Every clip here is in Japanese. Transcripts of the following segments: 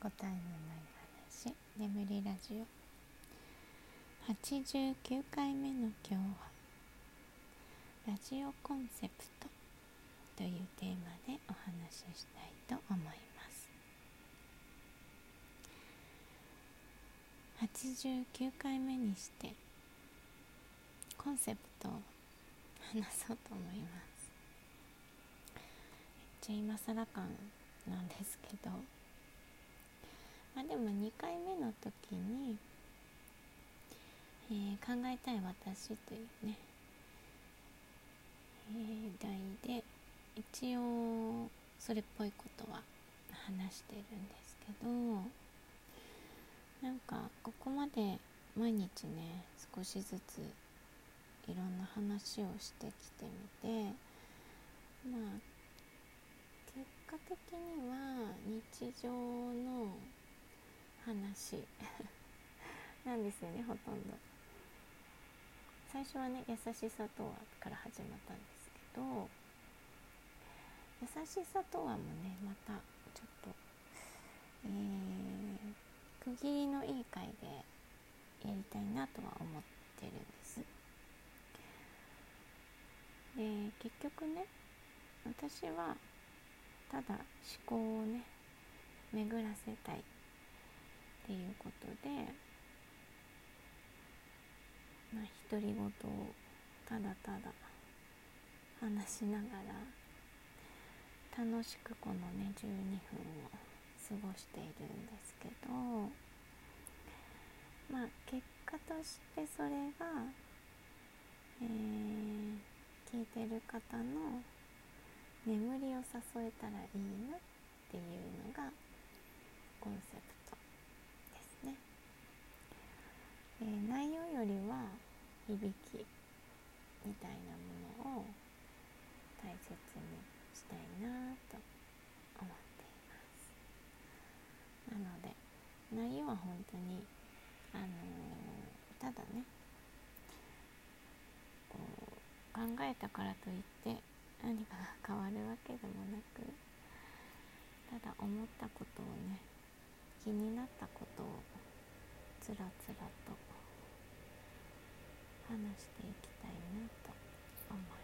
答えのない話、眠りラジオ89回目の今日はラジオコンセプトというテーマでお話ししたいと思います。89回目にしてコンセプトを話そうと思います。めっちゃ今更感なんですけど、でも2回目の時に、考えたい私というね、題で一応それっぽいことは話してるんですけど、なんかここまで毎日ね少しずついろんな話をしてきてみて、結果的には日常の話なんですよね、ほとんど。最初はね、優しさとはから始まったんですけど、優しさとはもね、またちょっと、区切りのいい回でやりたいなとは思ってるんです。で、結局ね、私はただ思考をね巡らせたいっていうことで、独り言をただただ話しながら楽しくこのね12分を過ごしているんですけど、結果としてそれが、聞いてる方の眠りを誘えたらいいなっていうのがコンセプトですね。内容よりは響きみたいなものを大切にしたいなと思っています。なので内容は本当にただねこう考えたからといって何かが変わるわけでもなく、ただ思ったことをね、気になったことをつらつらと話していきたいなと思います。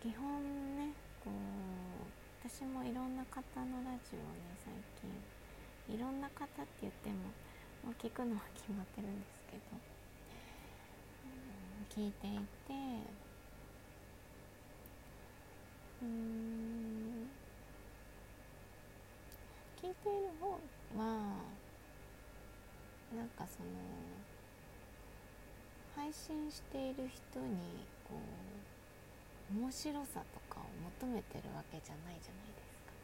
基本ね、私もいろんな方のラジオをね、最近いろんな方って言ってももう聞くのは決まってるんですけど、聞いていて、聞いている方はなんか配信している人に面白さとかを求めてるわけじゃないじゃないですか。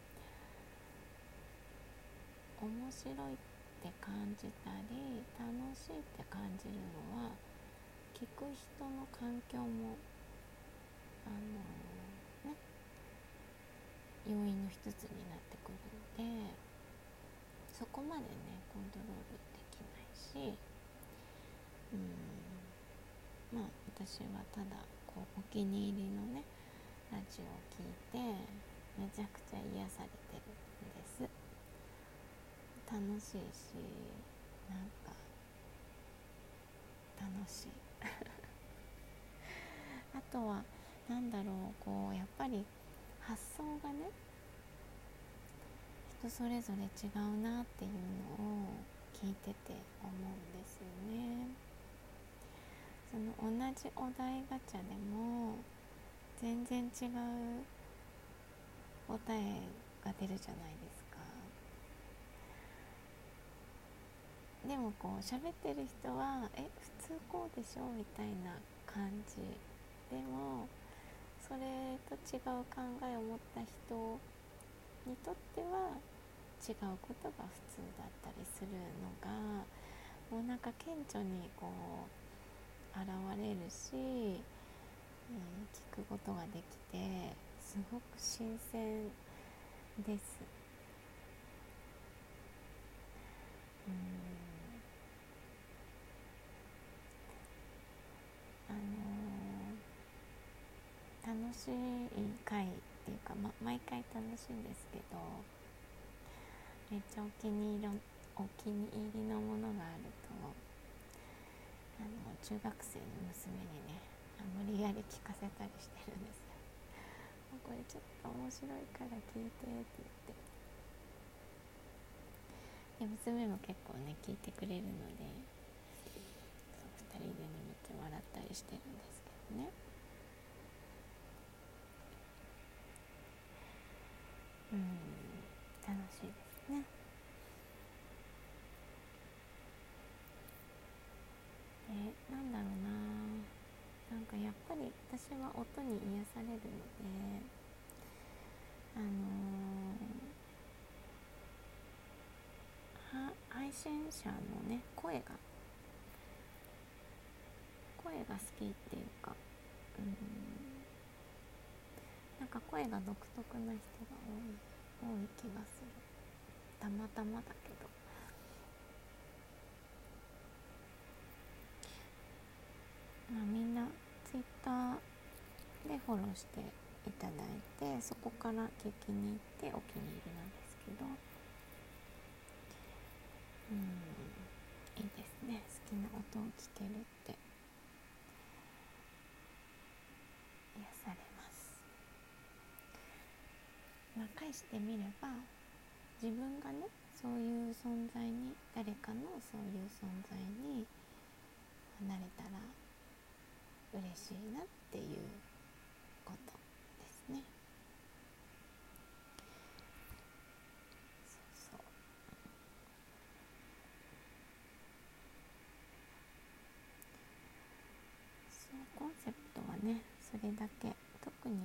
面白いって感じたり楽しいって感じるのは聞く人の環境も要因の一つになってくるので、そこまでねコントロールできないし、私はただお気に入りのねラジオを聞いてめちゃくちゃ癒されてるんです。楽しいし、なんか楽しいあとはやっぱり発想がね人それぞれ違うなっていうのを聞いてて思うんですよね。その同じお題ガチャでも全然違う答えが出るじゃないですか。でも喋ってる人は普通こうでしょみたいな感じでも、それと違う考えを持った人にとっては違うことが普通だったりするのがもうなんか顕著に現れるし、聞くことができてすごく新鮮です。 楽しい回っていうか、毎回楽しいんですけど、めっちゃお気に入りのものがあると、中学生の娘にね、無理やり聞かせたりしてるんですよ。これちょっと面白いから聞いてって言って、で娘も結構ね聞いてくれるので、2人でねめっちゃ笑ったりしてるんですけどね。楽しいですね。なんだろうな、なんかやっぱり私は音に癒されるので、配信者のね声が好きっていうか、なんか声が独特な人が多い気がする。たまたまだけど。みんなツイッターでフォローしていただいて、そこから聞きに行ってお気に入りなんですけど、いいですね。好きな音を聞けるって癒されます。返してみれば、自分がねそういう存在に、誰かのそういう存在になれたら嬉しいなっていうことですね。そうコンセプトはねそれだけ、特に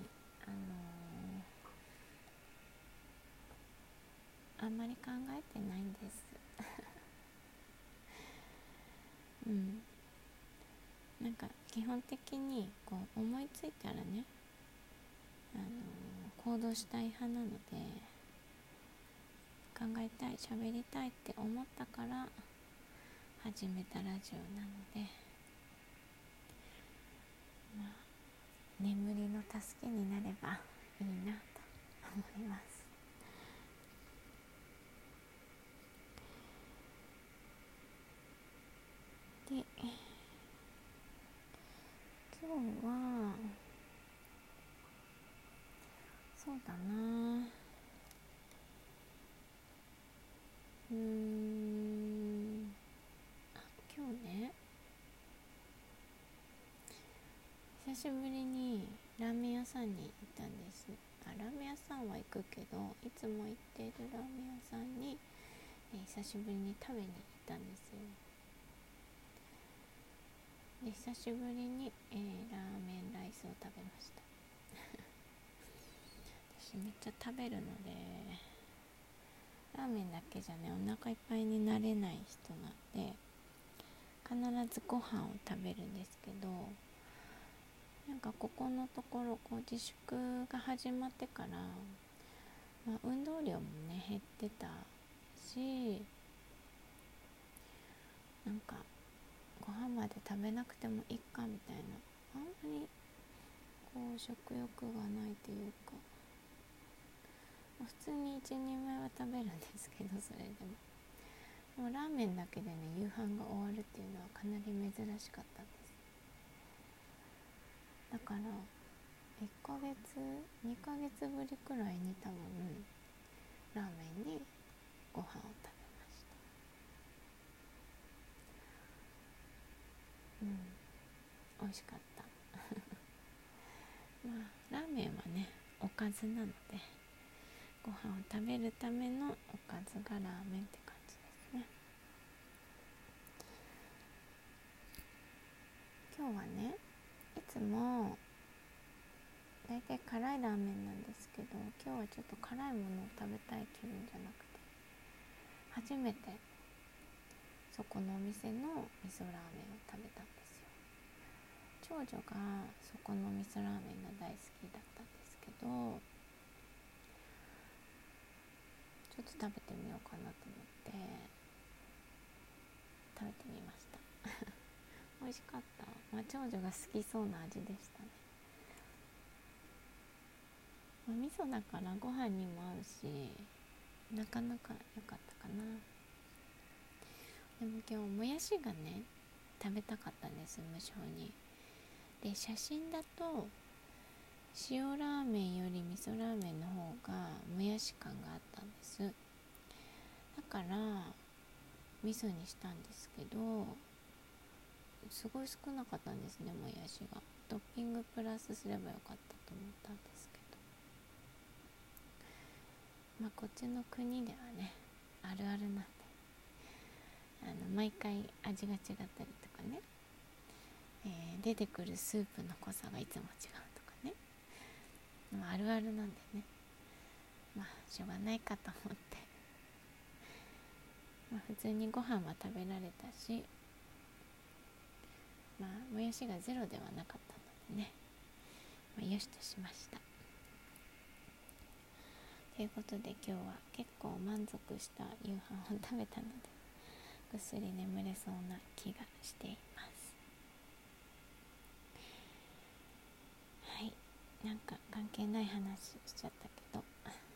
あんまり考えてないんですなんか基本的にこう思いついたらね、行動したい派なので、考えたい、喋りたいって思ったから始めたラジオなので、眠りの助けになればいいなと思います。で、今日はそうだな、今日ね久しぶりにラーメン屋さんに行ったんです。ラーメン屋さんは行くけど、いつも行っているラーメン屋さんに、久しぶりに食べに行ったんですよ。で久しぶりに、ラーメンライスを食べました。私めっちゃ食べるので、ラーメンだけじゃねお腹いっぱいになれない人なんで、必ずご飯を食べるんですけど、なんかここのところ自粛が始まってから、運動量もね減ってたし、なんかご飯まで食べなくてもいいかみたいな、あんまり食欲がないというか、普通に1人前は食べるんですけど、それでもラーメンだけでね夕飯が終わるっていうのはかなり珍しかったんです。だから1ヶ月2ヶ月ぶりくらいに多分ラーメンにご飯を食べました。美味しかったラーメンはねおかずなので、ご飯を食べるためのおかずがラーメンって感じですね。今日はねいつもだいたい辛いラーメンなんですけど、今日はちょっと辛いものを食べたい気分じゃなくて、初めてそこのお店の味噌ラーメンを食べたんですよ。長女がそこの味噌ラーメンが大好きだったんですけど、ちょっと食べてみようかなと思って食べてみました美味しかった。長女が好きそうな味でしたね。 味噌だからご飯にも合うし、なかなか良かったかな。でも今日もやしがね食べたかったんです、無性に。で写真だと塩ラーメンより味噌ラーメンの方がもやし感があったんです。だから味噌にしたんですけど、すごい少なかったんですね、もやしが。トッピングプラスすればよかったと思ったんですけど、こっちの国ではねあるあるなんで、毎回味が違ったりとかね、出てくるスープの濃さがいつも違うとかね、あるあるなんでね、しょうがないかと思って、普通にご飯は食べられたし、もやしがゼロではなかったのでね、よしとしました。ということで今日は結構満足した夕飯を食べたので、ぐっすり眠れそうな気がしています。はい、なんか関係ない話しちゃったけど、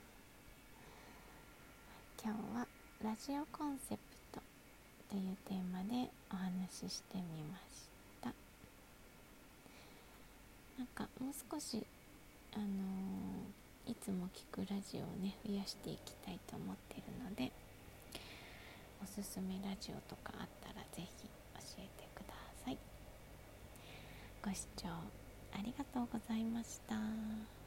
今日はラジオコンセプトというテーマでお話ししてみました。なんかもう少しいつも聞くラジオをね増やしていきたいと思っているので、おすすめラジオとかあったらぜひ教えてください。ご視聴ありがとうございました。